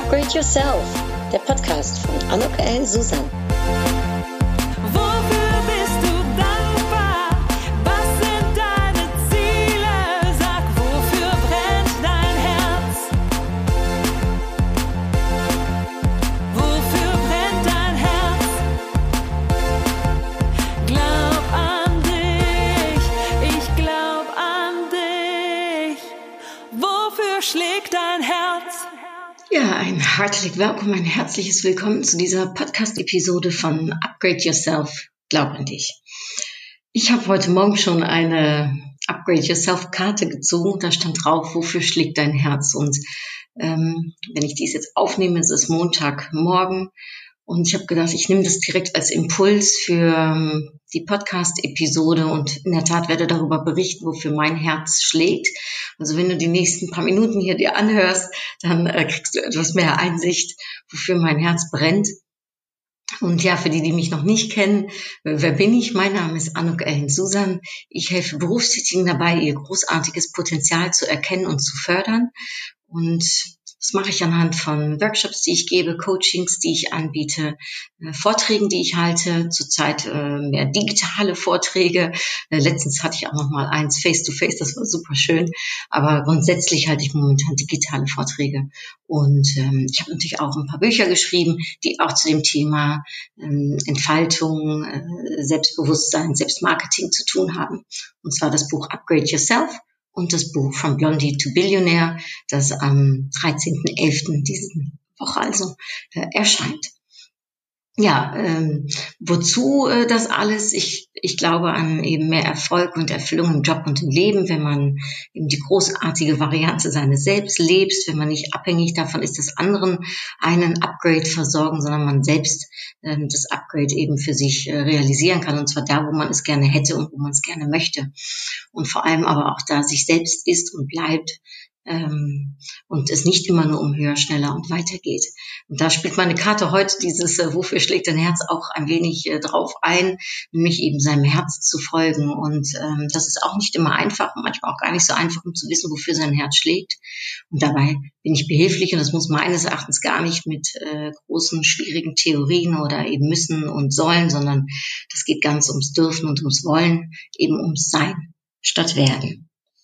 Upgrade Yourself, der Podcast von Anouk El Susan. Wofür bist du dankbar? Was sind deine Ziele? Sag, wofür brennt dein Herz? Wofür brennt dein Herz? Glaub an dich, ich glaub an dich. Wofür schlägt dein Herz? Ja, ein herzliches Willkommen zu dieser Podcast-Episode von Upgrade Yourself, glaub an dich. Ich habe heute Morgen schon eine Upgrade Yourself-Karte gezogen, da stand drauf, wofür schlägt dein Herz? Und wenn ich dies jetzt aufnehme, ist es Montagmorgen und ich habe gedacht, ich nehme das direkt als Impuls für die Podcast-Episode und in der Tat werde darüber berichten, wofür mein Herz schlägt. Also wenn du die nächsten paar Minuten hier dir anhörst, dann kriegst du etwas mehr Einsicht, wofür mein Herz brennt. Und ja, für die, die mich noch nicht kennen, wer bin ich? Mein Name ist Anouk El Susan. Ich helfe Berufstätigen dabei, ihr großartiges Potenzial zu erkennen und zu fördern. Und das mache ich anhand von Workshops, die ich gebe, Coachings, die ich anbiete, Vorträgen, die ich halte, zurzeit mehr digitale Vorträge. Letztens hatte ich auch noch mal eins face-to-face, das war super schön. Aber grundsätzlich halte ich momentan digitale Vorträge. Und ich habe natürlich auch ein paar Bücher geschrieben, die auch zu dem Thema Entfaltung, Selbstbewusstsein, Selbstmarketing zu tun haben. Und zwar das Buch Upgrade Yourself und das Buch From Blondie to Billionaire, das am 13.11. diesen Woche also erscheint. Ja, wozu das alles? Ich glaube an eben mehr Erfolg und Erfüllung im Job und im Leben, wenn man eben die großartige Variante seines Selbst lebt, wenn man nicht abhängig davon ist, dass anderen einen Upgrade versorgen, sondern man selbst das Upgrade eben für sich realisieren kann, und zwar da, wo man es gerne hätte und wo man es gerne möchte. Und vor allem aber auch da sich selbst ist und bleibt, und es nicht immer nur um höher, schneller und weiter geht. Und da spielt meine Karte heute dieses wofür schlägt dein Herz auch ein wenig drauf ein, nämlich eben seinem Herz zu folgen. Und das ist auch nicht immer einfach und manchmal auch gar nicht so einfach, um zu wissen, wofür sein Herz schlägt. Und dabei bin ich behilflich und das muss meines Erachtens gar nicht mit großen, schwierigen Theorien oder eben müssen und sollen, sondern das geht ganz ums Dürfen und ums Wollen, eben ums Sein statt Werden.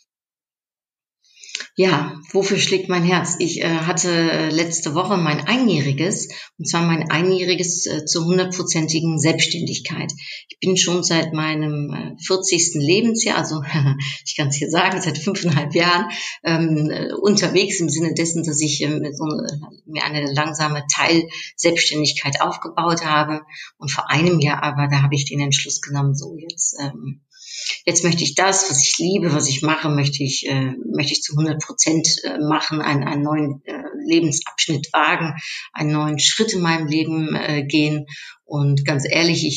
Ja, wofür schlägt mein Herz? Ich hatte letzte Woche mein Einjähriges, und zwar mein Einjähriges zur 100%igen Selbstständigkeit. Ich bin schon seit meinem 40. Lebensjahr, also ich kann es hier sagen, seit 5,5 Jahren unterwegs im Sinne dessen, dass ich mir eine langsame Teil-Selbstständigkeit aufgebaut habe. Und vor einem Jahr aber, da habe ich den Entschluss genommen, so jetzt möchte ich das, was ich liebe, was ich mache, möchte ich zu 100% machen, einen neuen Lebensabschnitt wagen, einen neuen Schritt in meinem Leben gehen. Und ganz ehrlich,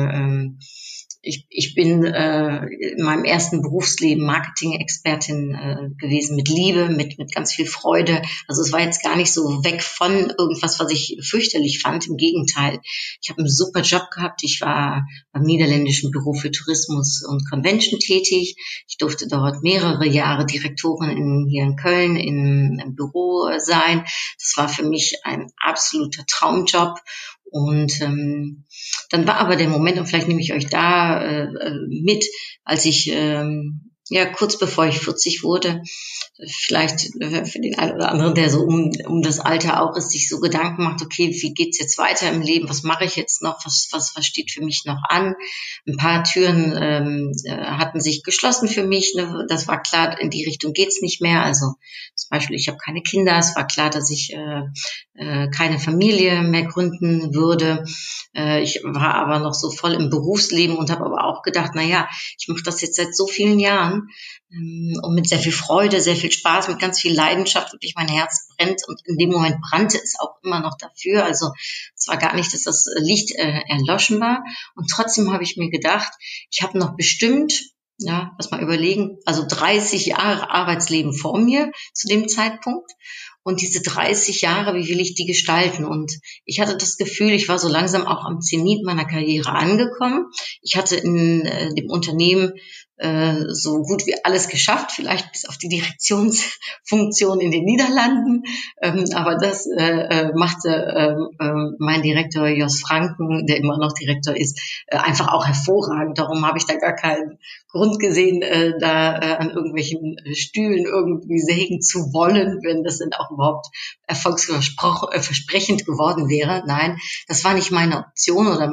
ich bin in meinem ersten Berufsleben Marketing-Expertin gewesen, mit Liebe, mit ganz viel Freude. Also es war jetzt gar nicht so weg von irgendwas, was ich fürchterlich fand. Im Gegenteil, ich habe einen super Job gehabt. Ich war beim niederländischen Büro für Tourismus und Convention tätig. Ich durfte dort mehrere Jahre Direktorin hier in Köln im Büro sein. Das war für mich ein absoluter Traumjob. Und dann war aber der Moment, und vielleicht nehme ich euch da mit, als ich kurz bevor ich 40 wurde, vielleicht für den einen oder anderen, der so um das Alter auch ist, sich so Gedanken macht, okay, wie geht's jetzt weiter im Leben, was mache ich jetzt noch, was steht für mich noch an? Ein paar Türen hatten sich geschlossen für mich, ne? Das war klar, in die Richtung geht's nicht mehr, also zum Beispiel, ich habe keine Kinder, es war klar, dass ich keine Familie mehr gründen würde. Ich war aber noch so voll im Berufsleben und habe aber auch gedacht, ich mache das jetzt seit so vielen Jahren und mit sehr viel Freude, sehr viel Spaß, mit ganz viel Leidenschaft, wirklich mein Herz brennt, und in dem Moment brannte es auch immer noch dafür. Also es war gar nicht, dass das Licht erloschen war, und trotzdem habe ich mir gedacht, ich habe noch bestimmt, lass mal überlegen, also 30 Jahre Arbeitsleben vor mir zu dem Zeitpunkt. Und diese 30 Jahre, wie will ich die gestalten? Und ich hatte das Gefühl, ich war so langsam auch am Zenit meiner Karriere angekommen. Ich hatte in dem Unternehmen so gut wie alles geschafft, vielleicht bis auf die Direktionsfunktion in den Niederlanden. Aber das machte mein Direktor Jos Franken, der immer noch Direktor ist, einfach auch hervorragend. Darum habe ich da gar keinen Grund gesehen, da an irgendwelchen Stühlen irgendwie sägen zu wollen, wenn das denn auch überhaupt erfolgsversprechend geworden wäre. Nein, das war nicht meine Option oder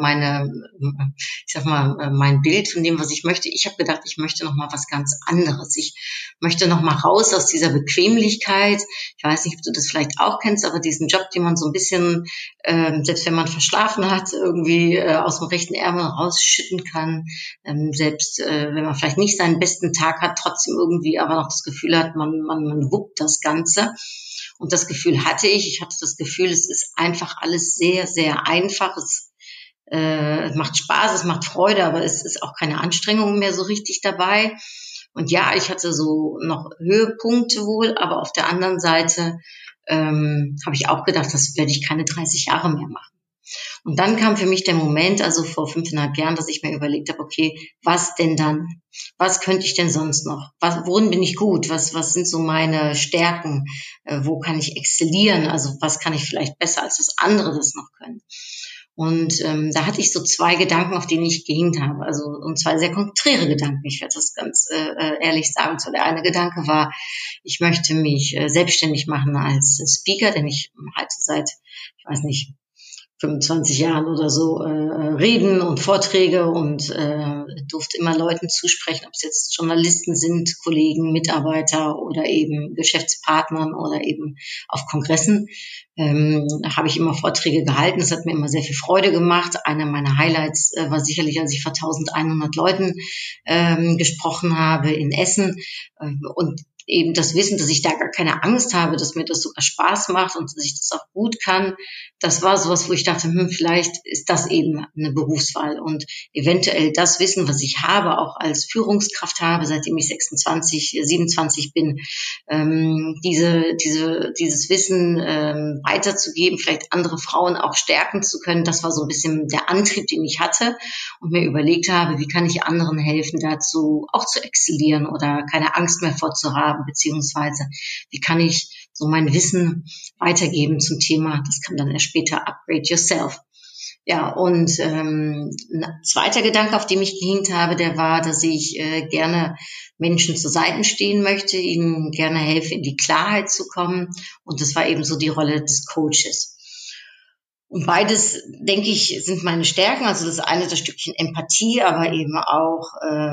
mein Bild von dem, was ich möchte. Ich habe gedacht, ich möchte noch mal was ganz anderes. Ich möchte noch mal raus aus dieser Bequemlichkeit. Ich weiß nicht, ob du das vielleicht auch kennst, aber diesen Job, den man so ein bisschen, selbst wenn man verschlafen hat, irgendwie aus dem rechten Ärmel rausschütten kann. Selbst wenn man vielleicht nicht seinen besten Tag hat, trotzdem irgendwie aber noch das Gefühl hat, man wuppt das Ganze. Und das Gefühl hatte ich. Ich hatte das Gefühl, es ist einfach alles sehr, sehr einfach. Es macht Spaß, es macht Freude, aber es ist auch keine Anstrengung mehr so richtig dabei. Und ja, ich hatte so noch Höhepunkte wohl, aber auf der anderen Seite habe ich auch gedacht, das werde ich keine 30 Jahre mehr machen. Und dann kam für mich der Moment, also vor 5,5 Jahren, dass ich mir überlegt habe, okay, was denn dann? Was könnte ich denn sonst noch? Worin bin ich gut? Was sind so meine Stärken? Wo kann ich exzellieren? Also was kann ich vielleicht besser, als das andere das noch können? Und da hatte ich so 2 Gedanken, auf denen ich gehängt habe. Also und 2 sehr konträre Gedanken. Ich werde das ganz ehrlich sagen. So der eine Gedanke war, ich möchte mich selbstständig machen als Speaker, denn ich halte seit, ich weiß nicht, 25 Jahren oder so Reden und Vorträge und durfte immer Leuten zusprechen, ob es jetzt Journalisten sind, Kollegen, Mitarbeiter oder eben Geschäftspartnern oder eben auf Kongressen. Da habe ich immer Vorträge gehalten. Das hat mir immer sehr viel Freude gemacht. Einer meiner Highlights war sicherlich, als ich vor 1100 Leuten gesprochen habe in Essen. Und eben das Wissen, dass ich da gar keine Angst habe, dass mir das sogar Spaß macht und dass ich das auch gut kann, das war sowas, wo ich dachte, vielleicht ist das eben eine Berufswahl und eventuell das Wissen, was ich habe, auch als Führungskraft habe, seitdem ich 27 bin, dieses Wissen weiterzugeben, vielleicht andere Frauen auch stärken zu können, das war so ein bisschen der Antrieb, den ich hatte und mir überlegt habe, wie kann ich anderen helfen, dazu auch zu exzellieren oder keine Angst mehr vorzuhaben, beziehungsweise wie kann ich so mein Wissen weitergeben zum Thema, das kam dann erst später, Upgrade Yourself. Ja, und ein zweiter Gedanke, auf dem ich gehängt habe, der war, dass ich gerne Menschen zur Seite stehen möchte, ihnen gerne helfe, in die Klarheit zu kommen. Und das war eben so die Rolle des Coaches. Und beides, denke ich, sind meine Stärken. Also das eine, das Stückchen Empathie, aber eben auch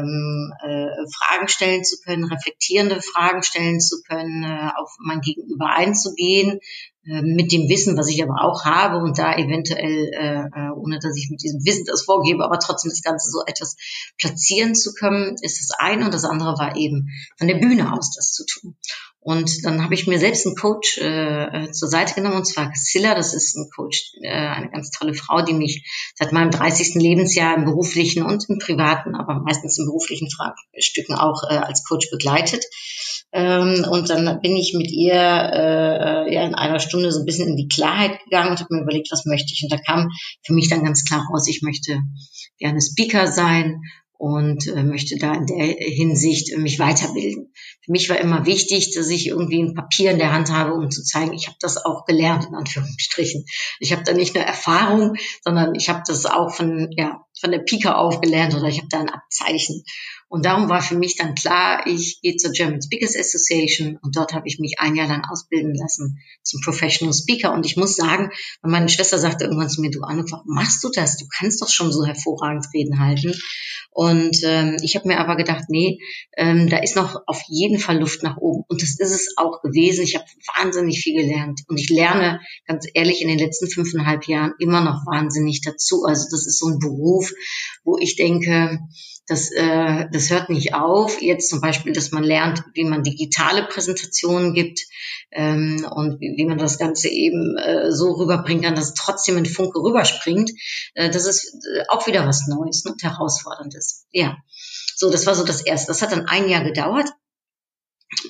Fragen stellen zu können, reflektierende Fragen stellen zu können, auf mein Gegenüber einzugehen, mit dem Wissen, was ich aber auch habe und da eventuell, ohne dass ich mit diesem Wissen das vorgebe, aber trotzdem das Ganze so etwas platzieren zu können, ist das eine. Und das andere war eben von der Bühne aus das zu tun. Und dann habe ich mir selbst einen Coach zur Seite genommen, und zwar Scylla. Das ist ein Coach, eine ganz tolle Frau, die mich seit meinem 30. Lebensjahr im beruflichen und im privaten, aber meistens im beruflichen Stücken auch als Coach begleitet. Und dann bin ich mit ihr in einer Stunde so ein bisschen in die Klarheit gegangen und habe mir überlegt, was möchte ich. Und da kam für mich dann ganz klar raus, ich möchte gerne Speaker sein und möchte da in der Hinsicht mich weiterbilden. Für mich war immer wichtig, dass ich irgendwie ein Papier in der Hand habe, um zu zeigen, ich habe das auch gelernt, in Anführungsstrichen. Ich habe da nicht nur Erfahrung, sondern ich habe das auch von der Pike auf gelernt oder ich habe da ein Abzeichen. Und darum war für mich dann klar, ich gehe zur German Speakers Association und dort habe ich mich 1 Jahr lang ausbilden lassen zum Professional Speaker. Und ich muss sagen, meine Schwester sagte irgendwann zu mir, du Anuk, warum machst du das? Du kannst doch schon so hervorragend Reden halten. Und ich habe mir aber gedacht, nee, da ist noch auf jeden Fall Luft nach oben. Und das ist es auch gewesen. Ich habe wahnsinnig viel gelernt. Und ich lerne, ganz ehrlich, in den letzten 5,5 Jahren immer noch wahnsinnig dazu. Also das ist so ein Beruf, wo ich denke, das hört nicht auf. Jetzt zum Beispiel, dass man lernt, wie man digitale Präsentationen gibt und wie man das Ganze eben so rüberbringen kann, dass es trotzdem ein Funke rüberspringt. Das ist auch wieder was Neues und Herausforderndes. Ja, so, das war so das Erste. Das hat dann 1 Jahr gedauert.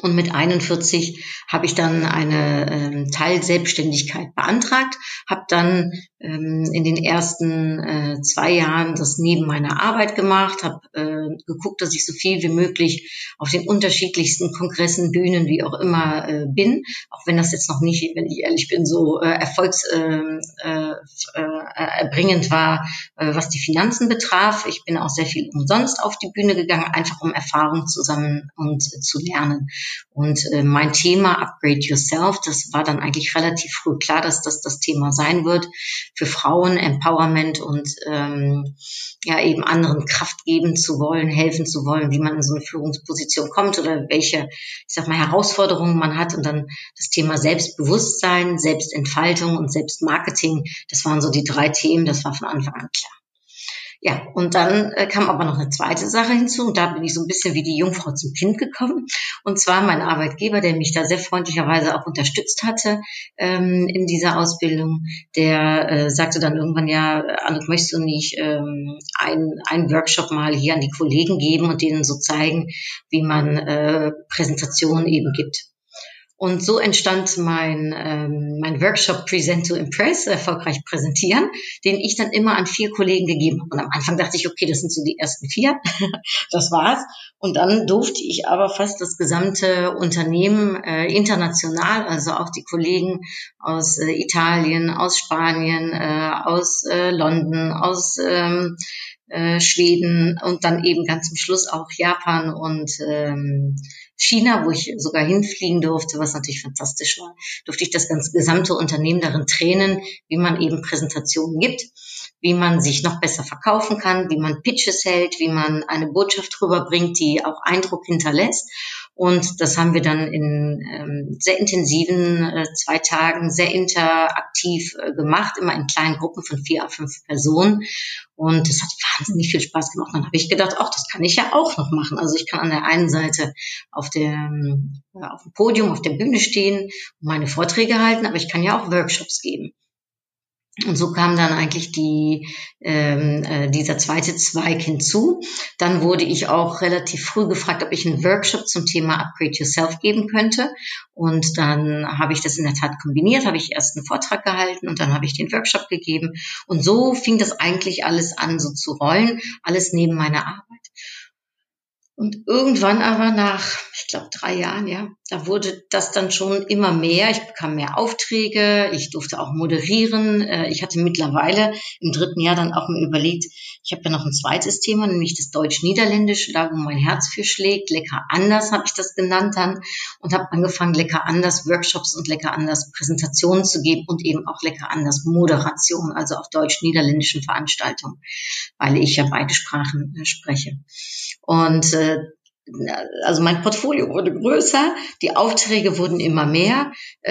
Und mit 41 habe ich dann eine Teilselbstständigkeit beantragt, habe dann in den ersten 2 Jahren das neben meiner Arbeit gemacht, habe geguckt, dass ich so viel wie möglich auf den unterschiedlichsten Kongressen, Bühnen, wie auch immer bin, auch wenn das jetzt noch nicht, wenn ich ehrlich bin, so erfolgserbringend war, was die Finanzen betraf. Ich bin auch sehr viel umsonst auf die Bühne gegangen, einfach um Erfahrung zu sammeln und zu lernen. Und mein Thema Upgrade Yourself, das war dann eigentlich relativ früh klar, dass das Thema sein wird, für Frauen Empowerment und eben anderen Kraft geben zu wollen, helfen zu wollen, wie man in so eine Führungsposition kommt oder welche, Herausforderungen man hat. Und dann das Thema Selbstbewusstsein, Selbstentfaltung und Selbstmarketing, das waren so die 3 Themen, das war von Anfang an klar. Ja, und dann kam aber noch eine zweite Sache hinzu und da bin ich so ein bisschen wie die Jungfrau zum Kind gekommen. Und zwar mein Arbeitgeber, der mich da sehr freundlicherweise auch unterstützt hatte in dieser Ausbildung, der sagte dann irgendwann, ja, Anouk, möchtest du nicht einen Workshop mal hier an die Kollegen geben und denen so zeigen, wie man Präsentationen eben gibt. Und so entstand mein Workshop Present to Impress, erfolgreich präsentieren, den ich dann immer an 4 Kollegen gegeben habe. Und am Anfang dachte ich, okay, das sind so die ersten 4, das war's. Und dann durfte ich aber fast das gesamte Unternehmen international, also auch die Kollegen aus Italien, aus Spanien, aus London, aus Schweden und dann eben ganz zum Schluss auch Japan und China, wo ich sogar hinfliegen durfte, was natürlich fantastisch war, durfte ich das ganze gesamte Unternehmen darin trainen, wie man eben Präsentationen gibt, wie man sich noch besser verkaufen kann, wie man Pitches hält, wie man eine Botschaft rüberbringt, die auch Eindruck hinterlässt. Und das haben wir dann in sehr intensiven 2 Tagen, sehr interaktiv gemacht, immer in kleinen Gruppen von 4 à 5 Personen. Und das hat wahnsinnig viel Spaß gemacht. Dann habe ich gedacht, ach, das kann ich ja auch noch machen. Also ich kann an der einen Seite auf dem Podium, auf der Bühne stehen und meine Vorträge halten, aber ich kann ja auch Workshops geben. Und so kam dann eigentlich dieser zweite Zweig hinzu. Dann wurde ich auch relativ früh gefragt, ob ich einen Workshop zum Thema Upgrade Yourself geben könnte. Und dann habe ich das in der Tat kombiniert, habe ich erst einen Vortrag gehalten und dann habe ich den Workshop gegeben. Und so fing das eigentlich alles an, so zu rollen, alles neben meiner Arbeit. Und irgendwann aber nach, ich glaube 3 Jahren, ja, da wurde das dann schon immer mehr. Ich bekam mehr Aufträge, ich durfte auch moderieren. Ich hatte mittlerweile im 3. Jahr dann auch mir überlegt, ich habe ja noch ein zweites Thema, nämlich das Deutsch-Niederländische, da wo mein Herz für schlägt. Lecker anders habe ich das genannt dann und habe angefangen, Lecker anders Workshops und Lecker anders Präsentationen zu geben und eben auch Lecker anders Moderation, also auf deutsch-niederländischen Veranstaltungen, weil ich ja beide Sprachen spreche. Und also mein Portfolio wurde größer, die Aufträge wurden immer mehr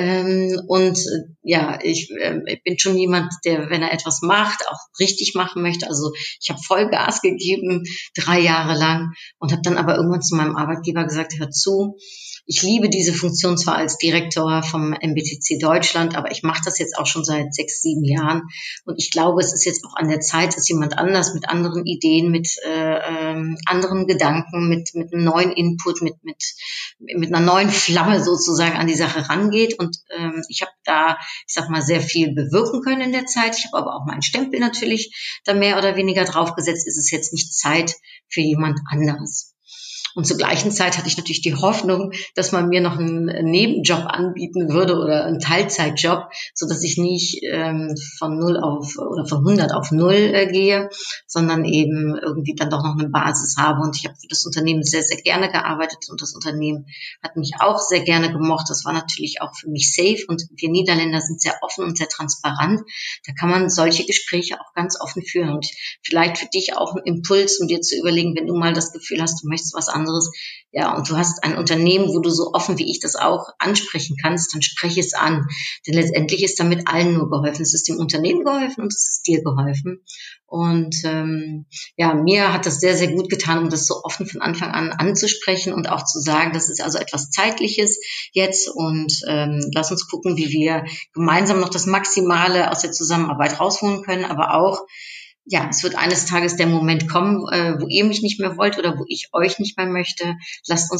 ich bin schon jemand, der, wenn er etwas macht, auch richtig machen möchte. Also ich habe voll Gas gegeben, 3 Jahre lang und habe dann aber irgendwann zu meinem Arbeitgeber gesagt, hör zu, ich liebe diese Funktion zwar als Direktor vom MBTC Deutschland, aber ich mache das jetzt auch schon seit 6, 7 Jahren und ich glaube, es ist jetzt auch an der Zeit, dass jemand anders mit anderen Ideen, mit anderen Gedanken, mit einem neuen Input, mit einer neuen Flamme sozusagen an die Sache rangeht und ich habe da, ich sag mal, sehr viel bewirken können in der Zeit. Ich habe aber auch meinen Stempel natürlich da mehr oder weniger draufgesetzt. Ist es jetzt nicht Zeit für jemand anderes? Und zur gleichen Zeit hatte ich natürlich die Hoffnung, dass man mir noch einen Nebenjob anbieten würde oder einen Teilzeitjob, so dass ich nicht von 100 auf 0 gehe, sondern eben irgendwie dann doch noch eine Basis habe. Und ich habe für das Unternehmen sehr, sehr gerne gearbeitet und das Unternehmen hat mich auch sehr gerne gemocht. Das war natürlich auch für mich safe und wir Niederländer sind sehr offen und sehr transparent. Da kann man solche Gespräche auch ganz offen führen. Und vielleicht für dich auch ein Impuls, um dir zu überlegen, wenn du mal das Gefühl hast, du möchtest was anderes, ja, und du hast ein Unternehmen, wo du so offen wie ich das auch ansprechen kannst, dann spreche es an. Denn letztendlich ist damit allen nur geholfen. Es ist dem Unternehmen geholfen und es ist dir geholfen. Und mir hat das sehr, sehr gut getan, um das so offen von Anfang an anzusprechen und auch zu sagen, das ist also etwas Zeitliches jetzt und lass uns gucken, wie wir gemeinsam noch das Maximale aus der Zusammenarbeit rausholen können, aber auch, ja, es wird eines Tages der Moment kommen, wo ihr mich nicht mehr wollt oder wo ich euch nicht mehr möchte. Lasst uns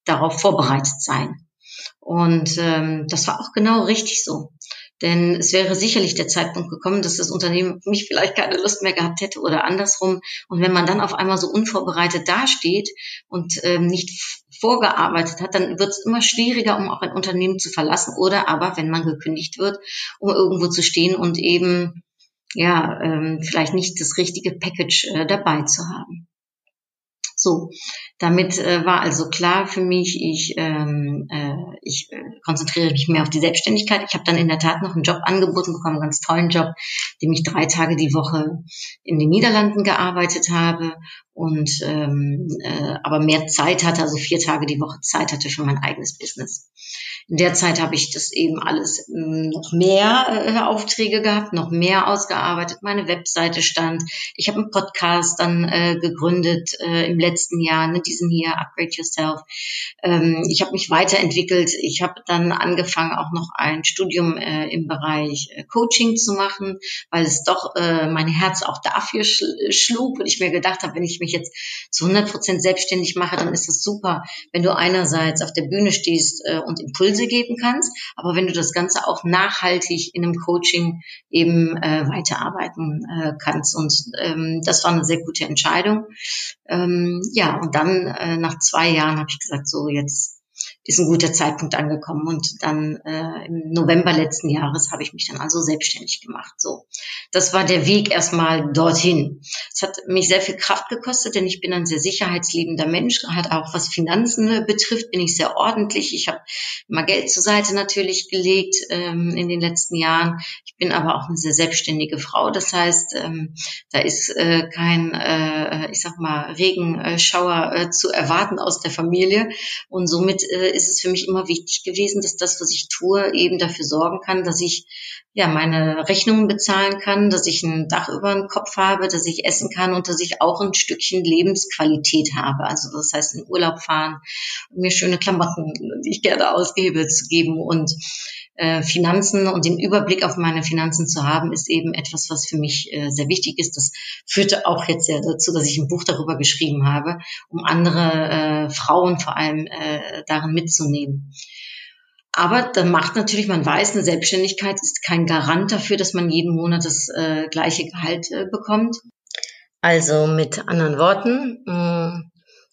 darauf vorbereitet sein. Und das war auch genau richtig so. Denn es wäre sicherlich der Zeitpunkt gekommen, dass das Unternehmen mich vielleicht keine Lust mehr gehabt hätte oder andersrum. Und wenn man dann auf einmal so unvorbereitet dasteht und nicht vorgearbeitet hat, dann wird es immer schwieriger, um auch ein Unternehmen zu verlassen oder aber, wenn man gekündigt wird, um irgendwo zu stehen und eben vielleicht nicht das richtige Package dabei zu haben. So, damit war also klar für mich, ich konzentriere mich mehr auf die Selbstständigkeit. Ich habe dann in der Tat noch einen Job angeboten bekommen, einen ganz tollen Job, in dem ich 3 Tage die Woche in den Niederlanden gearbeitet habe und aber mehr Zeit hatte, also 4 Tage die Woche Zeit hatte für mein eigenes Business. In der Zeit habe ich das eben alles noch mehr Aufträge gehabt, noch mehr ausgearbeitet. Meine Webseite stand. Ich habe einen Podcast dann gegründet im letzten Jahr, diesen hier, Upgrade Yourself. Ich habe mich weiterentwickelt. Ich habe dann angefangen, auch noch ein Studium im Bereich Coaching zu machen, weil es doch mein Herz auch dafür schlug und ich mir gedacht habe, wenn ich mich jetzt zu 100% selbstständig mache, dann ist das super, wenn du einerseits auf der Bühne stehst und Impulse geben kannst, aber wenn du das Ganze auch nachhaltig in einem Coaching eben weiterarbeiten kannst. Und das war eine sehr gute Entscheidung. Und dann nach 2 Jahren habe ich gesagt, so jetzt ist ein guter Zeitpunkt angekommen und dann im November letzten Jahres habe ich mich dann also selbstständig gemacht. So, das war der Weg erstmal dorthin. Es hat mich sehr viel Kraft gekostet, denn ich bin ein sehr sicherheitsliebender Mensch, gerade auch was Finanzen betrifft, bin ich sehr ordentlich. Ich habe immer Geld zur Seite natürlich gelegt in den letzten Jahren. Ich bin aber auch eine sehr selbstständige Frau, das heißt, da ist kein, Regenschauer zu erwarten aus der Familie und somit ist es für mich immer wichtig gewesen, dass das, was ich tue, eben dafür sorgen kann, dass ich meine Rechnungen bezahlen kann, dass ich ein Dach über den Kopf habe, dass ich essen kann und dass ich auch ein Stückchen Lebensqualität habe. Also das heißt, in Urlaub fahren, mir schöne Klamotten, die ich gerne ausgebe, zu geben und Finanzen und den Überblick auf meine Finanzen zu haben, ist eben etwas, was für mich sehr wichtig ist. Das führte auch jetzt ja dazu, dass ich ein Buch darüber geschrieben habe, um andere Frauen vor allem darin mitzunehmen. Aber dann macht natürlich, man weiß, eine Selbstständigkeit ist kein Garant dafür, dass man jeden Monat das gleiche Gehalt bekommt. Also mit anderen Worten,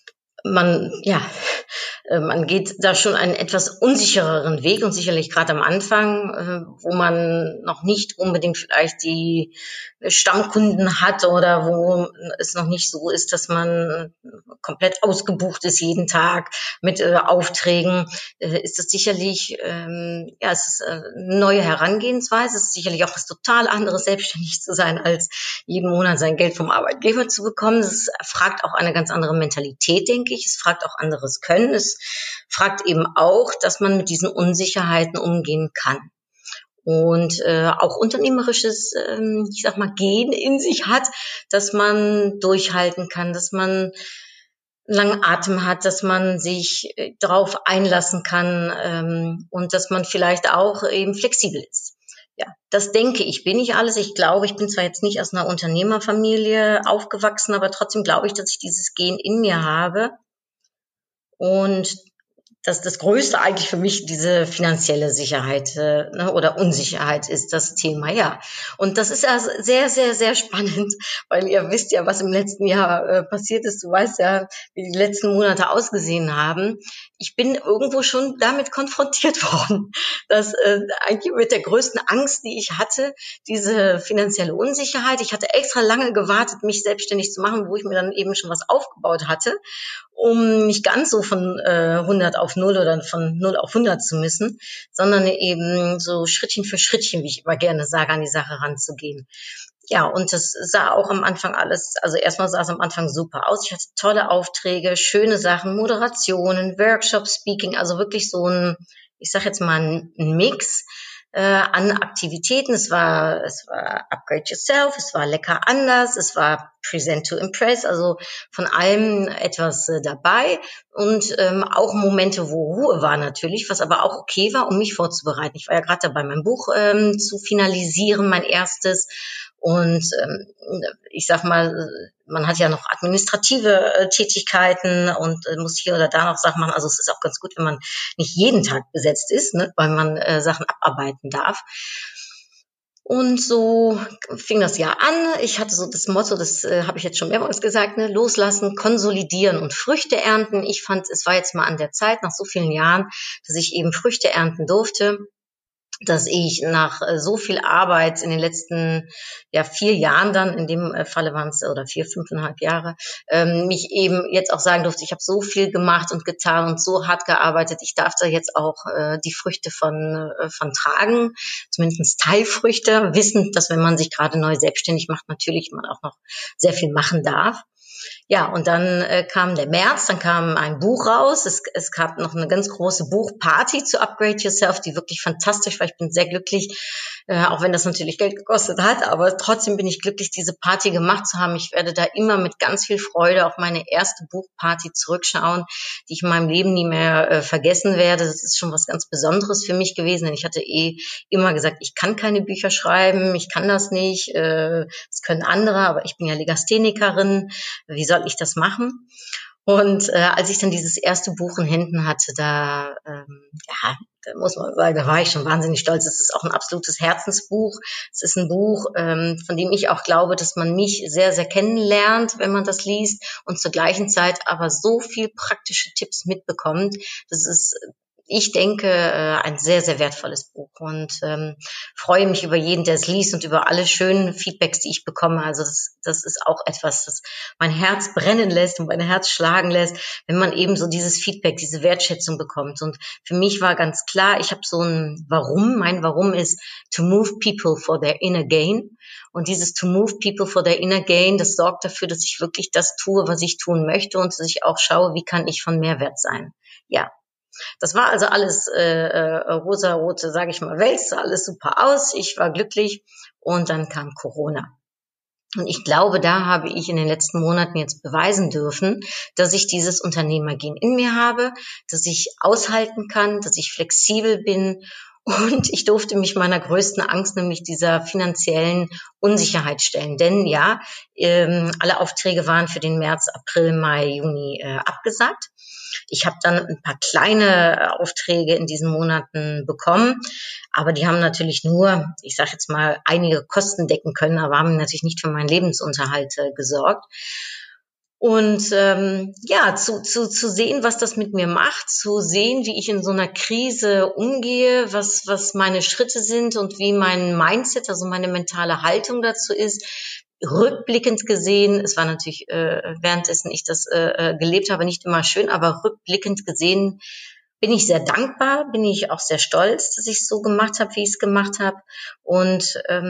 man geht da schon einen etwas unsichereren Weg und sicherlich gerade am Anfang, wo man noch nicht unbedingt vielleicht die Stammkunden hat oder wo es noch nicht so ist, dass man komplett ausgebucht ist jeden Tag mit Aufträgen, ist das sicherlich, es ist eine neue Herangehensweise. Es ist sicherlich auch was total anderes, selbstständig zu sein, als jeden Monat sein Geld vom Arbeitgeber zu bekommen. Es fragt auch eine ganz andere Mentalität, denke ich. Es fragt auch anderes Können. Es fragt eben auch, dass man mit diesen Unsicherheiten umgehen kann. Und auch unternehmerisches, Gen in sich hat, dass man durchhalten kann, dass man langen Atem hat, dass man sich darauf einlassen kann und dass man vielleicht auch eben flexibel ist. Ja, das denke ich, bin ich alles. Ich glaube, ich bin zwar jetzt nicht aus einer Unternehmerfamilie aufgewachsen, aber trotzdem glaube ich, dass ich dieses Gen in mir habe. Und dass das Größte eigentlich für mich diese finanzielle Sicherheit oder Unsicherheit ist, das Thema, ja. Und das ist ja sehr, sehr, sehr spannend, weil ihr wisst ja, was im letzten Jahr passiert ist. Du weißt ja, wie die letzten Monate ausgesehen haben. Ich bin irgendwo schon damit konfrontiert worden, dass eigentlich mit der größten Angst, die ich hatte, diese finanzielle Unsicherheit. Ich hatte extra lange gewartet, mich selbstständig zu machen, wo ich mir dann eben schon was aufgebaut hatte, um nicht ganz so von 100 auf 0 oder von 0 auf 100 zu müssen, sondern eben so Schrittchen für Schrittchen, wie ich immer gerne sage, an die Sache ranzugehen. Ja, und das sah auch am Anfang alles, also erstmal sah es am Anfang super aus. Ich hatte tolle Aufträge, schöne Sachen, Moderationen, Workshops, Speaking, also wirklich so ein, ich sag jetzt mal ein Mix an Aktivitäten. Es war Upgrade Yourself, es war lecker anders, es war Present to Impress, also von allem etwas dabei und auch Momente, wo Ruhe war natürlich, was aber auch okay war, um mich vorzubereiten. Ich war ja gerade dabei, mein Buch zu finalisieren, mein erstes. Und ich sag mal, man hat ja noch administrative Tätigkeiten und muss hier oder da noch Sachen machen. Also es ist auch ganz gut, wenn man nicht jeden Tag besetzt ist, ne, weil man Sachen abarbeiten darf. Und so fing das Jahr an. Ich hatte so das Motto, das habe ich jetzt schon mehrmals gesagt, ne, loslassen, konsolidieren und Früchte ernten. Ich fand, es war jetzt mal an der Zeit, nach so vielen Jahren, dass ich eben Früchte ernten durfte, dass ich nach so viel Arbeit in den letzten 4 Jahren dann, in dem Falle waren es, oder 4, 5,5 Jahre, mich eben jetzt auch sagen durfte, ich habe so viel gemacht und getan und so hart gearbeitet, ich darf da jetzt auch die Früchte von tragen, zumindest Teilfrüchte, wissend, dass wenn man sich gerade neu selbstständig macht, natürlich man auch noch sehr viel machen darf. Ja, und dann kam der März, dann kam ein Buch raus. Es gab noch eine ganz große Buchparty zu Upgrade Yourself, die wirklich fantastisch war. Ich bin sehr glücklich, auch wenn das natürlich Geld gekostet hat, aber trotzdem bin ich glücklich, diese Party gemacht zu haben. Ich werde da immer mit ganz viel Freude auf meine erste Buchparty zurückschauen, die ich in meinem Leben nie mehr vergessen werde. Das ist schon was ganz Besonderes für mich gewesen, denn ich hatte immer gesagt, ich kann keine Bücher schreiben, ich kann das nicht, das können andere, aber ich bin ja Legasthenikerin, wie soll ich das machen? Und als ich dann dieses erste Buch in Händen hatte, da muss man sagen, da war ich schon wahnsinnig stolz. Es ist auch ein absolutes Herzensbuch. Es ist ein Buch, von dem ich auch glaube, dass man mich sehr, sehr kennenlernt, wenn man das liest und zur gleichen Zeit aber so viel praktische Tipps mitbekommt. Das ist, ich denke, ein sehr, sehr wertvolles Buch und freue mich über jeden, der es liest und über alle schönen Feedbacks, die ich bekomme. Also das ist auch etwas, das mein Herz brennen lässt und mein Herz schlagen lässt, wenn man eben so dieses Feedback, diese Wertschätzung bekommt. Und für mich war ganz klar, ich habe so ein Warum. Mein Warum ist to move people for their inner gain. Und dieses to move people for their inner gain, das sorgt dafür, dass ich wirklich das tue, was ich tun möchte und dass ich auch schaue, wie kann ich von Mehrwert sein. Ja. Das war also alles rosa-rote, sage ich mal, Welt, sah alles super aus. Ich war glücklich und dann kam Corona. Und ich glaube, da habe ich in den letzten Monaten jetzt beweisen dürfen, dass ich dieses Unternehmergehen in mir habe, dass ich aushalten kann, dass ich flexibel bin. Und ich durfte mich meiner größten Angst, nämlich dieser finanziellen Unsicherheit stellen. Denn ja, alle Aufträge waren für den März, April, Mai, Juni abgesagt. Ich habe dann ein paar kleine Aufträge in diesen Monaten bekommen, aber die haben natürlich nur, ich sage jetzt mal, einige Kosten decken können, aber haben natürlich nicht für meinen Lebensunterhalt gesorgt. Und zu sehen, was das mit mir macht, zu sehen, wie ich in so einer Krise umgehe, was meine Schritte sind und wie mein Mindset, also meine mentale Haltung dazu ist. Rückblickend gesehen, es war natürlich währenddessen ich das gelebt habe, nicht immer schön, aber rückblickend gesehen bin ich sehr dankbar, bin ich auch sehr stolz, dass ich es so gemacht habe, wie ich es gemacht habe. Und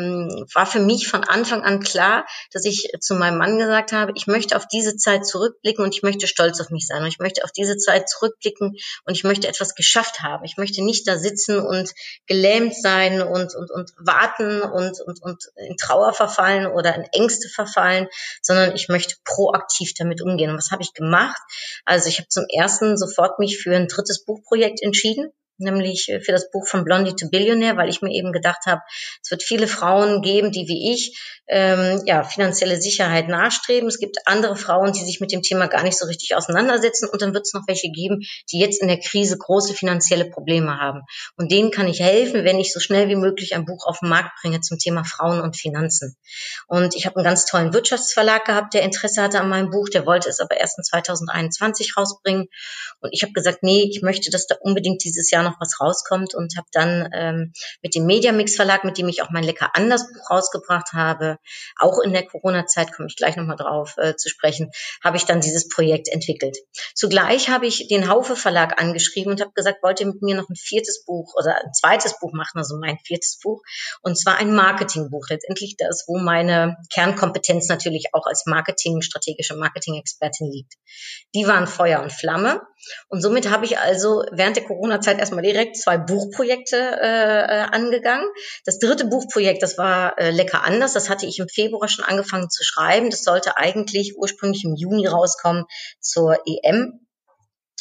war für mich von Anfang an klar, dass ich zu meinem Mann gesagt habe, ich möchte auf diese Zeit zurückblicken und ich möchte stolz auf mich sein. Und ich möchte auf diese Zeit zurückblicken und ich möchte etwas geschafft haben. Ich möchte nicht da sitzen und gelähmt sein und warten und in Trauer verfallen oder in Ängste verfallen, sondern ich möchte proaktiv damit umgehen. Und was habe ich gemacht? Also ich habe zum ersten sofort mich für ein drittes Buchprojekt entschieden, nämlich für das Buch von Blondie to Billionaire, weil ich mir eben gedacht habe, es wird viele Frauen geben, die wie ich finanzielle Sicherheit nachstreben. Es gibt andere Frauen, die sich mit dem Thema gar nicht so richtig auseinandersetzen und dann wird es noch welche geben, die jetzt in der Krise große finanzielle Probleme haben. Und denen kann ich helfen, wenn ich so schnell wie möglich ein Buch auf den Markt bringe zum Thema Frauen und Finanzen. Und ich habe einen ganz tollen Wirtschaftsverlag gehabt, der Interesse hatte an meinem Buch, der wollte es aber erst in 2021 rausbringen. Und ich habe gesagt, nee, ich möchte, dass da unbedingt dieses Jahr noch was rauskommt und habe dann mit dem Mediamix Verlag, mit dem ich auch mein Lecker anders Buch rausgebracht habe, auch in der Corona-Zeit, komme ich gleich nochmal drauf zu sprechen, habe ich dann dieses Projekt entwickelt. Zugleich habe ich den Haufe Verlag angeschrieben und habe gesagt, wollt ihr mit mir noch ein 4. Buch oder ein 2. Buch machen, also mein 4. Buch, und zwar ein Marketingbuch. Letztendlich das, wo meine Kernkompetenz natürlich auch als strategische Marketing-Expertin liegt. Die waren Feuer und Flamme. Und somit habe ich also während der Corona-Zeit erstmal direkt 2 Buchprojekte angegangen. Das 3. Buchprojekt, das war Lecker anders. Das hatte ich im Februar schon angefangen zu schreiben. Das sollte eigentlich ursprünglich im Juni rauskommen zur EM.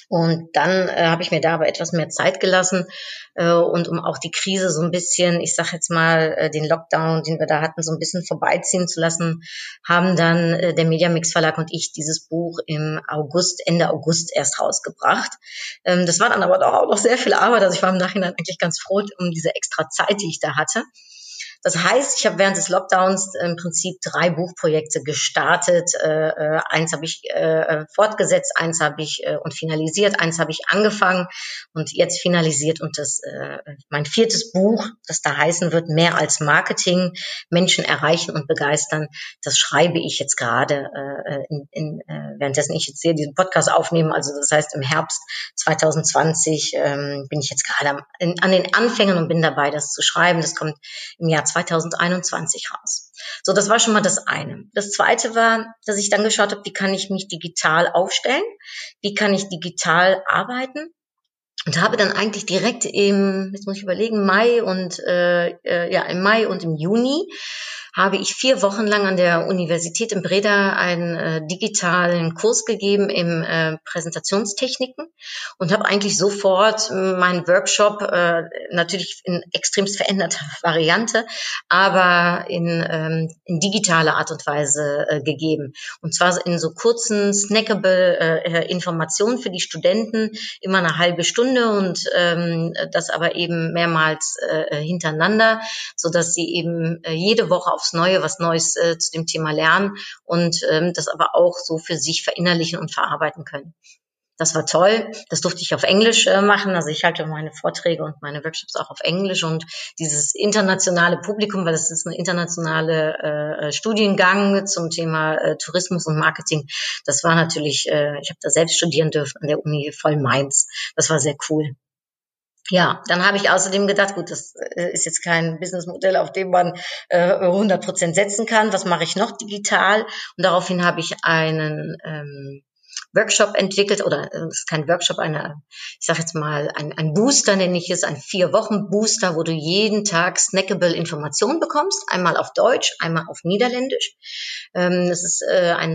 Und dann habe ich mir da aber etwas mehr Zeit gelassen und um auch die Krise so ein bisschen, ich sag jetzt mal, den Lockdown, den wir da hatten, so ein bisschen vorbeiziehen zu lassen, haben dann der Mediamix Verlag und ich dieses Buch im August, Ende August erst rausgebracht. Das war dann aber doch auch noch sehr viel Arbeit, also ich war im Nachhinein eigentlich ganz froh um diese extra Zeit, die ich da hatte. Das heißt, ich habe während des Lockdowns im Prinzip 3 Buchprojekte gestartet. Eins habe ich fortgesetzt, eins habe ich und finalisiert, eins habe ich angefangen und jetzt finalisiert. Und das mein 4. Buch, das da heißen wird, Mehr als Marketing, Menschen erreichen und begeistern, das schreibe ich jetzt gerade, währenddessen ich jetzt hier diesen Podcast aufnehme. Also das heißt, im Herbst 2020 bin ich jetzt gerade an den Anfängen und bin dabei, das zu schreiben. Das kommt im Jahr 2021 raus. So, das war schon mal das eine. Das zweite war, dass ich dann geschaut habe, wie kann ich mich digital aufstellen? Wie kann ich digital arbeiten? Und habe dann eigentlich direkt jetzt muss ich überlegen, im Mai und im Juni habe ich 4 Wochen lang an der Universität in Breda einen digitalen Kurs gegeben im Präsentationstechniken und habe eigentlich sofort meinen Workshop natürlich in extremst veränderter Variante, aber in digitaler Art und Weise gegeben. Und zwar in so kurzen, snackable Informationen für die Studenten, immer eine halbe Stunde und das aber eben mehrmals hintereinander, so dass sie eben jede Woche aufs Neue was Neues zu dem Thema lernen und das aber auch so für sich verinnerlichen und verarbeiten können. Das war toll. Das durfte ich auf Englisch machen. Also ich halte meine Vorträge und meine Workshops auch auf Englisch und dieses internationale Publikum, weil das ist ein internationale Studiengang zum Thema Tourismus und Marketing. Das war natürlich, ich habe da selbst studieren dürfen an der Uni voll Mainz. Das war sehr cool. Ja, dann habe ich außerdem gedacht, gut, das ist jetzt kein Businessmodell, auf dem man 100% setzen kann. Was mache ich noch digital? Und daraufhin habe ich einen Workshop entwickelt, oder es ist kein Workshop, ich sage jetzt mal, ein Booster nenne ich es, ein 4-Wochen-Booster, wo du jeden Tag snackable Informationen bekommst, einmal auf Deutsch, einmal auf Niederländisch. Das ist ein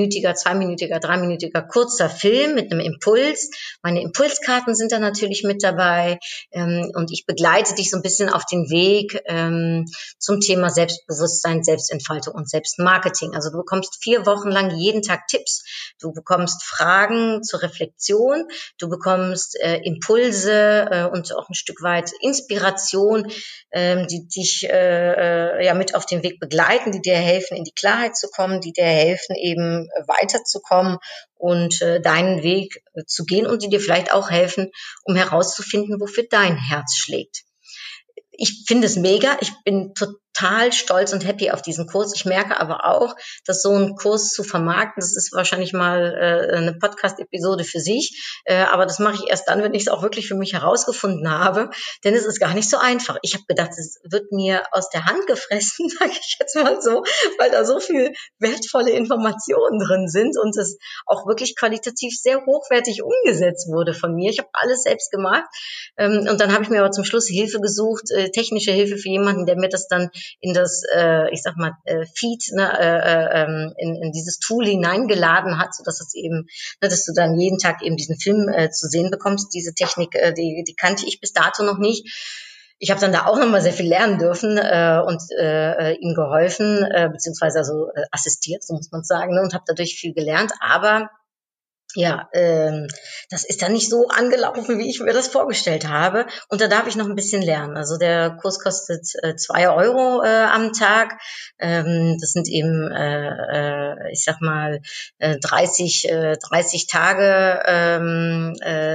3-minütiger kurzer Film mit einem Impuls. Meine Impulskarten sind da natürlich mit dabei und ich begleite dich so ein bisschen auf den Weg zum Thema Selbstbewusstsein, Selbstentfaltung und Selbstmarketing. Also du bekommst 4 Wochen lang jeden Tag Tipps, du bekommst Fragen zur Reflexion, du bekommst Impulse und auch ein Stück weit Inspiration, die dich mit auf den Weg begleiten, die dir helfen, in die Klarheit zu kommen, die dir helfen, eben weiterzukommen und deinen Weg zu gehen und die dir vielleicht auch helfen, um herauszufinden, wofür dein Herz schlägt. Ich finde es mega. Ich bin total stolz und happy auf diesen Kurs. Ich merke aber auch, dass so ein Kurs zu vermarkten, das ist wahrscheinlich mal eine Podcast-Episode für sich. Aber das mache ich erst dann, wenn ich es auch wirklich für mich herausgefunden habe. Denn es ist gar nicht so einfach. Ich habe gedacht, es wird mir aus der Hand gefressen, sage ich jetzt mal so, weil da so viel wertvolle Informationen drin sind und es auch wirklich qualitativ sehr hochwertig umgesetzt wurde von mir. Ich habe alles selbst gemacht. Und dann habe ich mir aber zum Schluss Hilfe gesucht, technische Hilfe für jemanden, der mir das dann in das, Feed, in dieses Tool hineingeladen hat, sodass es eben, dass du dann jeden Tag eben diesen Film zu sehen bekommst. Diese Technik, die kannte ich bis dato noch nicht. Ich habe dann da auch nochmal sehr viel lernen dürfen und ihm geholfen, beziehungsweise assistiert, so muss man sagen, ne, und habe dadurch viel gelernt. Aber ja, das ist dann nicht so angelaufen, wie ich mir das vorgestellt habe. Und da darf ich noch ein bisschen lernen. Also der Kurs kostet 2 Euro am Tag. Das sind eben, 30 Tage,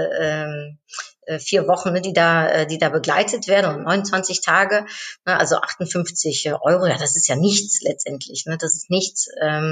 4 Wochen, ne, die da begleitet werden, und 29 Tage, ne, also 58 Euro. Ja, das ist ja nichts letztendlich. Ne, das ist nichts.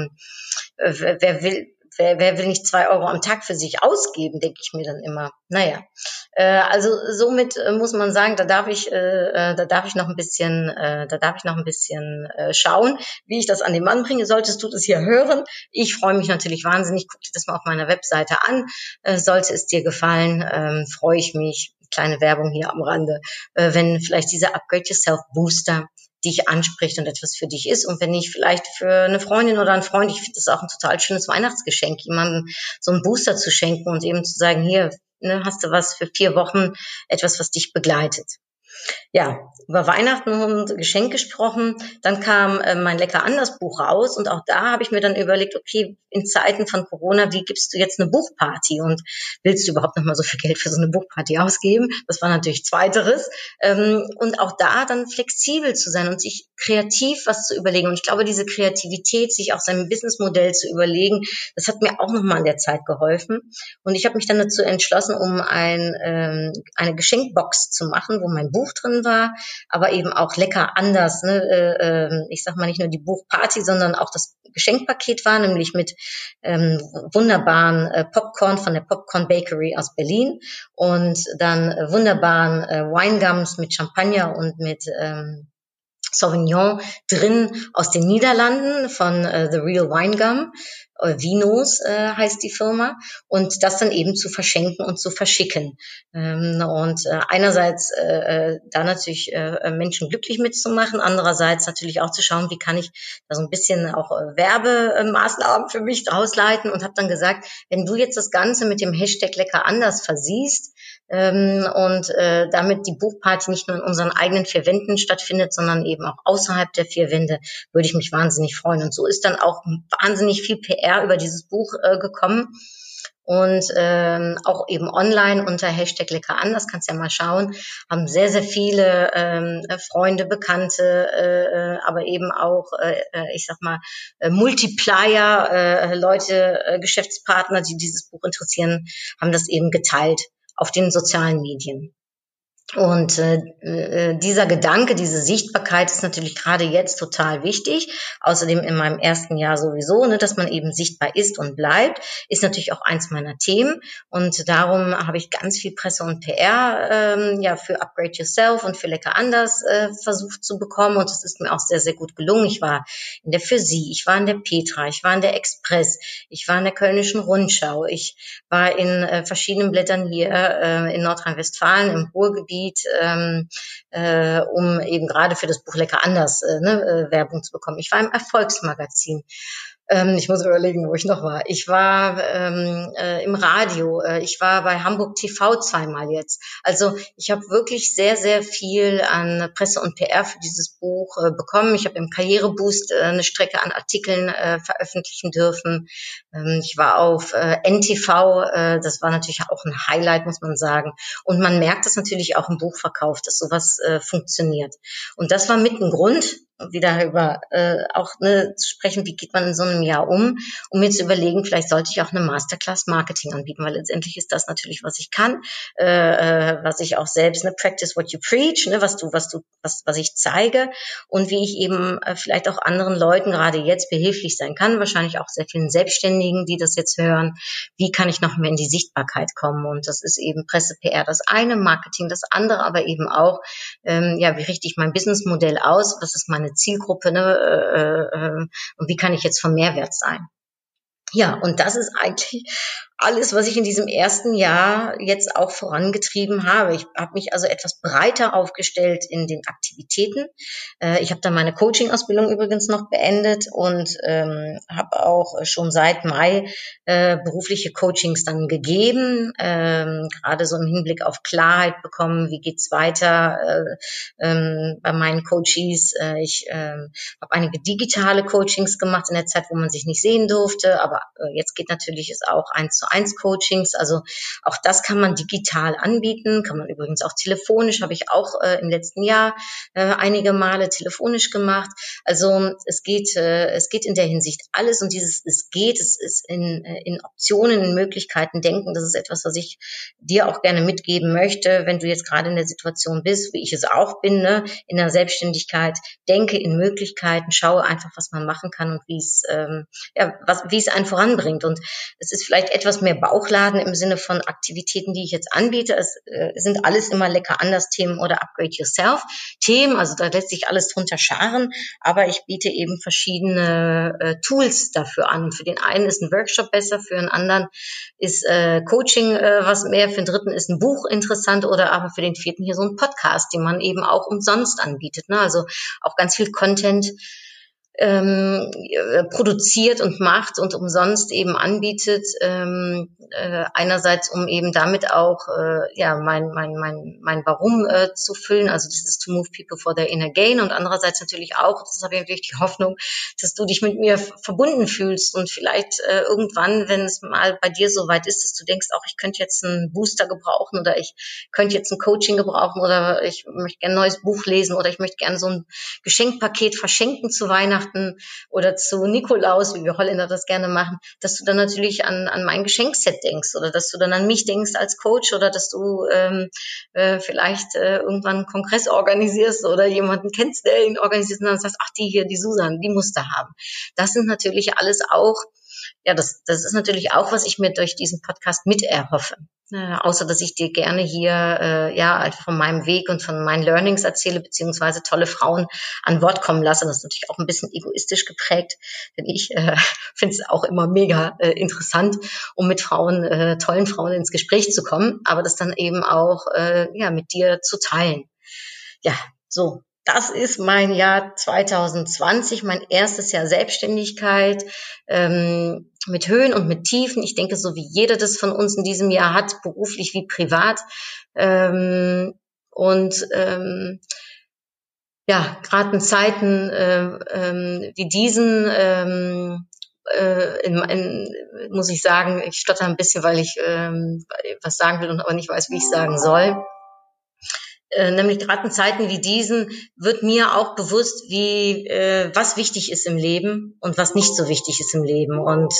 Wer will nicht 2 Euro am Tag für sich ausgeben, denke ich mir dann immer. Naja, also somit muss man sagen, da darf ich noch ein bisschen schauen, wie ich das an den Mann bringe. Solltest du das hier hören, ich freue mich natürlich wahnsinnig. Guck dir das mal auf meiner Webseite an. Sollte es dir gefallen, freue ich mich. Kleine Werbung hier am Rande, wenn vielleicht dieser Upgrade Yourself Booster dich anspricht und etwas für dich ist. Und wenn nicht vielleicht für eine Freundin oder einen Freund, ich finde das auch ein total schönes Weihnachtsgeschenk, jemandem so einen Booster zu schenken und eben zu sagen, hier, ne, hast du was für 4 Wochen, etwas, was dich begleitet. Ja, über Weihnachten und Geschenk gesprochen. Dann kam mein Lecker anders Buch raus und auch da habe ich mir dann überlegt, okay, in Zeiten von Corona, wie gibst du jetzt eine Buchparty und willst du überhaupt noch mal so viel Geld für so eine Buchparty ausgeben? Das war natürlich Zweiteres. Und auch da dann flexibel zu sein und sich kreativ was zu überlegen. Und ich glaube, diese Kreativität, sich auch sein Businessmodell zu überlegen, das hat mir auch noch mal in der Zeit geholfen. Und ich habe mich dann dazu entschlossen, um eine Geschenkbox zu machen, wo mein Buch drin war, aber eben auch lecker anders. Ne? Ich sag mal nicht nur die Buchparty, sondern auch das Geschenkpaket war, nämlich mit wunderbaren Popcorn von der Popcorn Bakery aus Berlin und dann wunderbaren Winegums mit Champagner und mit Sauvignon drin aus den Niederlanden von The Real Wine Gum. Vinos heißt die Firma, und das dann eben zu verschenken und zu verschicken. Einerseits da natürlich Menschen glücklich mitzumachen, andererseits natürlich auch zu schauen, wie kann ich da so ein bisschen auch Werbemaßnahmen für mich draus leiten, und habe dann gesagt, wenn du jetzt das Ganze mit dem Hashtag Lecker anders versiehst, damit die Buchparty nicht nur in unseren eigenen 4 Wänden stattfindet, sondern eben auch außerhalb der 4 Wände, würde ich mich wahnsinnig freuen. Und so ist dann auch wahnsinnig viel PR über dieses Buch gekommen. Und auch eben online unter Hashtag Lecker anders, kannst ja mal schauen, haben sehr, sehr viele Freunde, Bekannte, aber eben auch, ich sag mal, Multiplier, Leute, Geschäftspartner, die dieses Buch interessieren, haben das eben geteilt auf den sozialen Medien. Und dieser Gedanke, diese Sichtbarkeit ist natürlich gerade jetzt total wichtig. Außerdem in meinem ersten Jahr sowieso, ne, dass man eben sichtbar ist und bleibt, ist natürlich auch eins meiner Themen. Und darum habe ich ganz viel Presse und PR für Upgrade Yourself und für Lecker anders versucht zu bekommen. Und das ist mir auch sehr, sehr gut gelungen. Ich war in der Physie, ich war in der Petra, ich war in der Express, ich war in der Kölnischen Rundschau, ich war in verschiedenen Blättern hier in Nordrhein-Westfalen, im Ruhrgebiet, um eben gerade für das Buch Lecker anders Werbung zu bekommen. Ich war im Erfolgsmagazin. Ich muss überlegen, wo ich noch war. Ich war im Radio. Ich war bei Hamburg TV 2-mal jetzt. Also ich habe wirklich sehr, sehr viel an Presse und PR für dieses Buch bekommen. Ich habe im Karriereboost eine Strecke an Artikeln veröffentlichen dürfen. Ich war auf NTV. Das war natürlich auch ein Highlight, muss man sagen. Und man merkt das natürlich auch im Buchverkauf, dass sowas funktioniert. Und das war mit ein Grund, wieder über zu sprechen, wie geht man in so einem Jahr um mir zu überlegen, vielleicht sollte ich auch eine Masterclass Marketing anbieten, weil letztendlich ist das natürlich, was ich kann, was ich auch selbst, ne, practice what you preach, ne, was ich zeige, und wie ich eben vielleicht auch anderen Leuten gerade jetzt behilflich sein kann, wahrscheinlich auch sehr vielen Selbstständigen, die das jetzt hören, wie kann ich noch mehr in die Sichtbarkeit kommen, und das ist eben Presse, PR, das eine, Marketing das andere, aber eben auch, wie richte ich mein Businessmodell aus, was ist meine Zielgruppe, ne, und wie kann ich jetzt vom Mehrwert sein? Ja, und das ist eigentlich alles, was ich in diesem ersten Jahr jetzt auch vorangetrieben habe. Ich habe mich also etwas breiter aufgestellt in den Aktivitäten. Ich habe dann meine Coaching-Ausbildung übrigens noch beendet und habe auch schon seit Mai berufliche Coachings dann gegeben, gerade so im Hinblick auf Klarheit bekommen, wie geht's weiter bei meinen Coaches. Ich habe einige digitale Coachings gemacht in der Zeit, wo man sich nicht sehen durfte, aber jetzt geht natürlich es auch 1:1 Coachings, also auch das kann man digital anbieten, kann man übrigens auch telefonisch, habe ich auch im letzten Jahr einige Male telefonisch gemacht. Also es geht in der Hinsicht alles, und dieses es ist in Optionen, in Möglichkeiten denken, das ist etwas, was ich dir auch gerne mitgeben möchte, wenn du jetzt gerade in der Situation bist, wie ich es auch bin, ne, in der Selbstständigkeit, denke in Möglichkeiten, schaue einfach, was man machen kann und wie es einfach voranbringt. Und es ist vielleicht etwas mehr Bauchladen im Sinne von Aktivitäten, die ich jetzt anbiete. Es sind alles immer lecker anders Themen oder Upgrade Yourself Themen. Also da lässt sich alles drunter scharen. Aber ich biete eben verschiedene Tools dafür an. Für den einen ist ein Workshop besser, für einen anderen ist Coaching was mehr, für den dritten ist ein Buch interessant oder aber für den vierten hier so ein Podcast, den man eben auch umsonst anbietet. Ne? Also auch ganz viel Content produziert und macht und umsonst eben anbietet, einerseits um eben damit auch mein Warum zu füllen, also dieses to move people for their inner gain, und andererseits natürlich auch, das habe ich natürlich die Hoffnung, dass du dich mit mir verbunden fühlst und vielleicht irgendwann, wenn es mal bei dir so weit ist, dass du denkst, auch ich könnte jetzt einen Booster gebrauchen oder ich könnte jetzt ein Coaching gebrauchen oder ich möchte gerne ein neues Buch lesen oder ich möchte gerne so ein Geschenkpaket verschenken zu Weihnachten oder zu Nikolaus, wie wir Holländer das gerne machen, dass du dann natürlich an mein Geschenkset denkst oder dass du dann an mich denkst als Coach oder dass du vielleicht irgendwann einen Kongress organisierst oder jemanden kennst, der ihn organisiert und dann sagst, ach, die hier, die Susan, die musst du haben. Das sind natürlich alles auch, ja, das ist natürlich auch, was ich mir durch diesen Podcast mit erhoffe. Außer, dass ich dir gerne hier einfach von meinem Weg und von meinen Learnings erzähle, beziehungsweise tolle Frauen an Wort kommen lasse. Das ist natürlich auch ein bisschen egoistisch geprägt, denn ich finde es auch immer mega interessant, um mit Frauen, tollen Frauen ins Gespräch zu kommen, aber das dann eben auch mit dir zu teilen. Ja, so. Das ist mein Jahr 2020, mein erstes Jahr Selbstständigkeit, mit Höhen und mit Tiefen. Ich denke, so wie jeder das von uns in diesem Jahr hat, beruflich wie privat. Gerade in Zeiten wie diesen muss ich sagen, ich stotter ein bisschen, weil ich was sagen will und aber nicht weiß, wie ich sagen soll. Nämlich gerade in Zeiten wie diesen wird mir auch bewusst, was wichtig ist im Leben und was nicht so wichtig ist im Leben. Und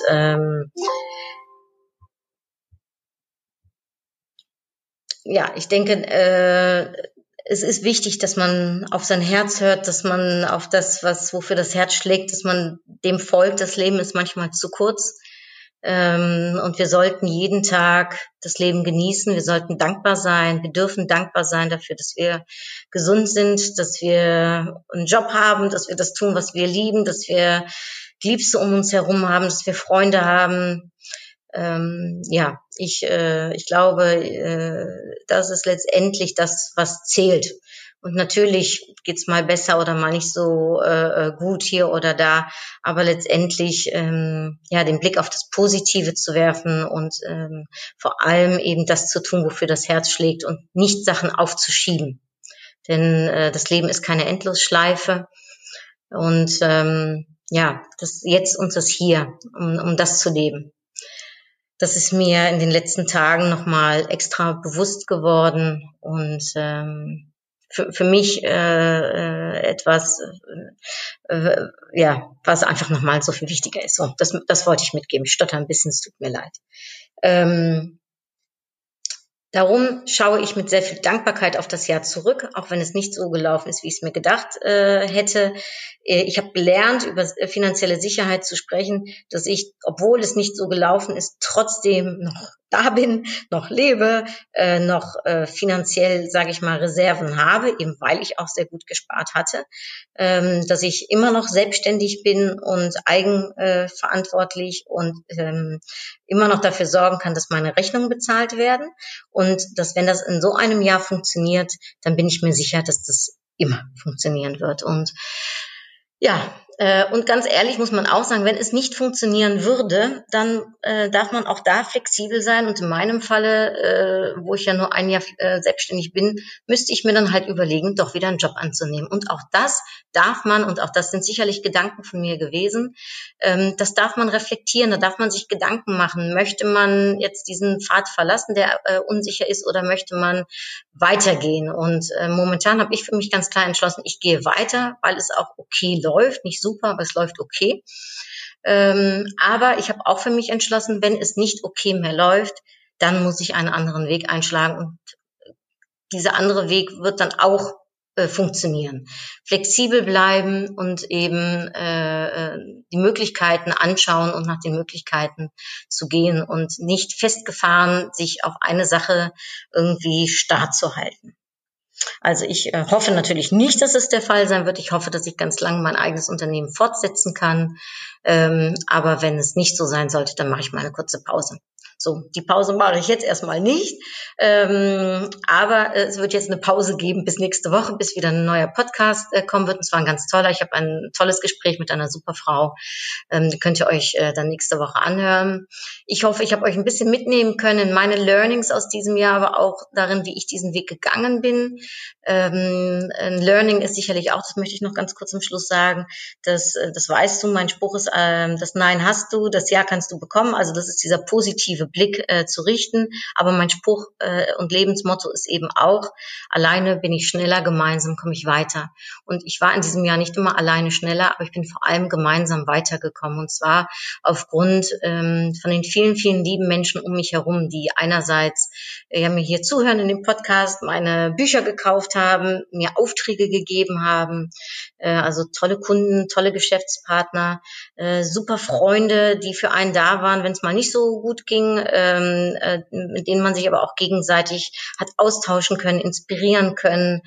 ich denke, es ist wichtig, dass man auf sein Herz hört, dass man auf das, wofür das Herz schlägt, dass man dem folgt. Das Leben ist manchmal zu kurz. Und wir sollten jeden Tag das Leben genießen. Wir sollten dankbar sein. Wir dürfen dankbar sein dafür, dass wir gesund sind, dass wir einen Job haben, dass wir das tun, was wir lieben, dass wir Liebste um uns herum haben, dass wir Freunde haben. Ich glaube, das ist letztendlich das, was zählt. Und natürlich geht's mal besser oder mal nicht so gut hier oder da, aber letztendlich den Blick auf das Positive zu werfen und vor allem eben das zu tun, wofür das Herz schlägt und nicht Sachen aufzuschieben. Denn das Leben ist keine Endlosschleife und das Jetzt und das Hier, um das zu leben. Das ist mir in den letzten Tagen nochmal extra bewusst geworden und für mich etwas, was einfach nochmal so viel wichtiger ist. So, das wollte ich mitgeben. Ich stotter ein bisschen, es tut mir leid. Darum schaue ich mit sehr viel Dankbarkeit auf das Jahr zurück, auch wenn es nicht so gelaufen ist, wie ich es mir gedacht hätte. Ich habe gelernt, über finanzielle Sicherheit zu sprechen, dass ich, obwohl es nicht so gelaufen ist, trotzdem noch da bin, noch lebe, noch finanziell, sage ich mal, Reserven habe, eben weil ich auch sehr gut gespart hatte, dass ich immer noch selbstständig bin und eigenverantwortlich und immer noch dafür sorgen kann, dass meine Rechnungen bezahlt werden und dass, wenn das in so einem Jahr funktioniert, dann bin ich mir sicher, dass das immer funktionieren wird. Und und ganz ehrlich muss man auch sagen, wenn es nicht funktionieren würde, dann darf man auch da flexibel sein. Und in meinem Falle, wo ich ja nur ein Jahr selbstständig bin, müsste ich mir dann halt überlegen, doch wieder einen Job anzunehmen. Und auch das darf man, und auch das sind sicherlich Gedanken von mir gewesen, das darf man reflektieren, da darf man sich Gedanken machen. Möchte man jetzt diesen Pfad verlassen, der unsicher ist, oder möchte man weitergehen? Und momentan habe ich für mich ganz klar entschlossen, ich gehe weiter, weil es auch okay läuft, nicht super, aber es läuft okay. Aber ich habe auch für mich entschlossen, wenn es nicht okay mehr läuft, dann muss ich einen anderen Weg einschlagen. Und dieser andere Weg wird dann auch funktionieren. Flexibel bleiben und eben die Möglichkeiten anschauen und nach den Möglichkeiten zu gehen und nicht festgefahren, sich auf eine Sache irgendwie starr zu halten. Also ich hoffe natürlich nicht, dass es der Fall sein wird. Ich hoffe, dass ich ganz lange mein eigenes Unternehmen fortsetzen kann. Aber wenn es nicht so sein sollte, dann mache ich mal eine kurze Pause. So, die Pause mache ich jetzt erstmal nicht, aber es wird jetzt eine Pause geben bis nächste Woche, bis wieder ein neuer Podcast kommen wird. Und zwar ein ganz toller. Ich habe ein tolles Gespräch mit einer super Frau. Die könnt ihr euch dann nächste Woche anhören. Ich hoffe, ich habe euch ein bisschen mitnehmen können in meine Learnings aus diesem Jahr, aber auch darin, wie ich diesen Weg gegangen bin. Ein Learning ist sicherlich auch, das möchte ich noch ganz kurz am Schluss sagen, das weißt du, mein Spruch ist, das Nein hast du, das Ja kannst du bekommen. Also das ist dieser positive Blick zu richten. Aber mein Spruch und Lebensmotto ist eben auch, alleine bin ich schneller, gemeinsam komme ich weiter. Und ich war in diesem Jahr nicht immer alleine schneller, aber ich bin vor allem gemeinsam weitergekommen. Und zwar aufgrund von den vielen, vielen lieben Menschen um mich herum, die einerseits mir hier zuhören in dem Podcast, meine Bücher gekauft haben, mir Aufträge gegeben haben, also tolle Kunden, tolle Geschäftspartner, super Freunde, die für einen da waren, wenn es mal nicht so gut ging, mit denen man sich aber auch gegenseitig hat austauschen können, inspirieren können,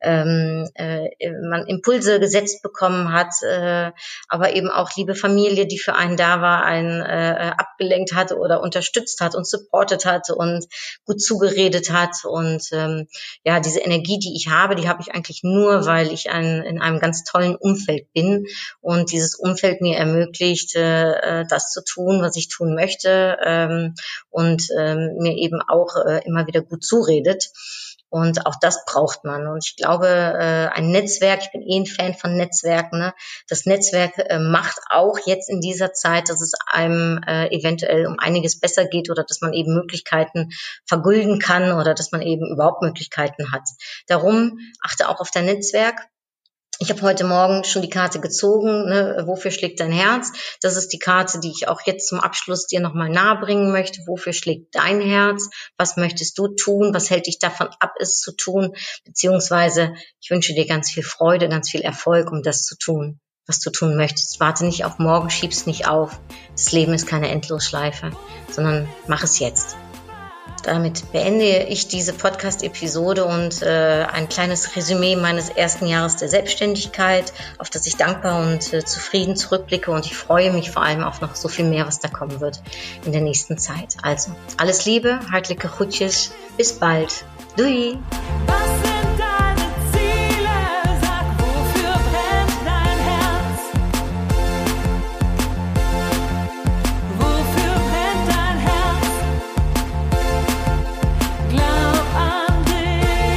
man Impulse gesetzt bekommen hat, aber eben auch liebe Familie, die für einen da war, einen abgelenkt hat oder unterstützt hat und supportet hat und gut zugeredet hat. Und diese Energie, die ich habe, die habe ich eigentlich nur, weil ich in einem ganz tollen Umfeld bin und dieses Umfeld mir ermöglicht, das zu tun, was ich tun möchte, und mir eben auch immer wieder gut zuredet. Und auch das braucht man. Und ich glaube, ein Netzwerk, ich bin ein Fan von Netzwerken, ne? Das Netzwerk macht auch jetzt in dieser Zeit, dass es einem eventuell um einiges besser geht oder dass man eben Möglichkeiten vergolden kann oder dass man eben überhaupt Möglichkeiten hat. Darum achte auch auf dein Netzwerk. Ich habe heute Morgen schon die Karte gezogen, ne? Wofür schlägt dein Herz? Das ist die Karte, die ich auch jetzt zum Abschluss dir nochmal nahebringen möchte. Wofür schlägt dein Herz? Was möchtest du tun? Was hält dich davon ab, es zu tun? Beziehungsweise ich wünsche dir ganz viel Freude, ganz viel Erfolg, um das zu tun, was du tun möchtest. Warte nicht auf morgen, schieb's nicht auf. Das Leben ist keine Endlosschleife, sondern mach es jetzt. Damit beende ich diese Podcast-Episode und ein kleines Resümee meines ersten Jahres der Selbstständigkeit, auf das ich dankbar und zufrieden zurückblicke, und ich freue mich vor allem auf noch so viel mehr, was da kommen wird in der nächsten Zeit. Also, alles Liebe, hartelijke groetjes, bis bald. Doei!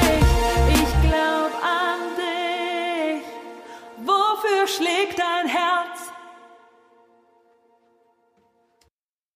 Schlägt dein Herz?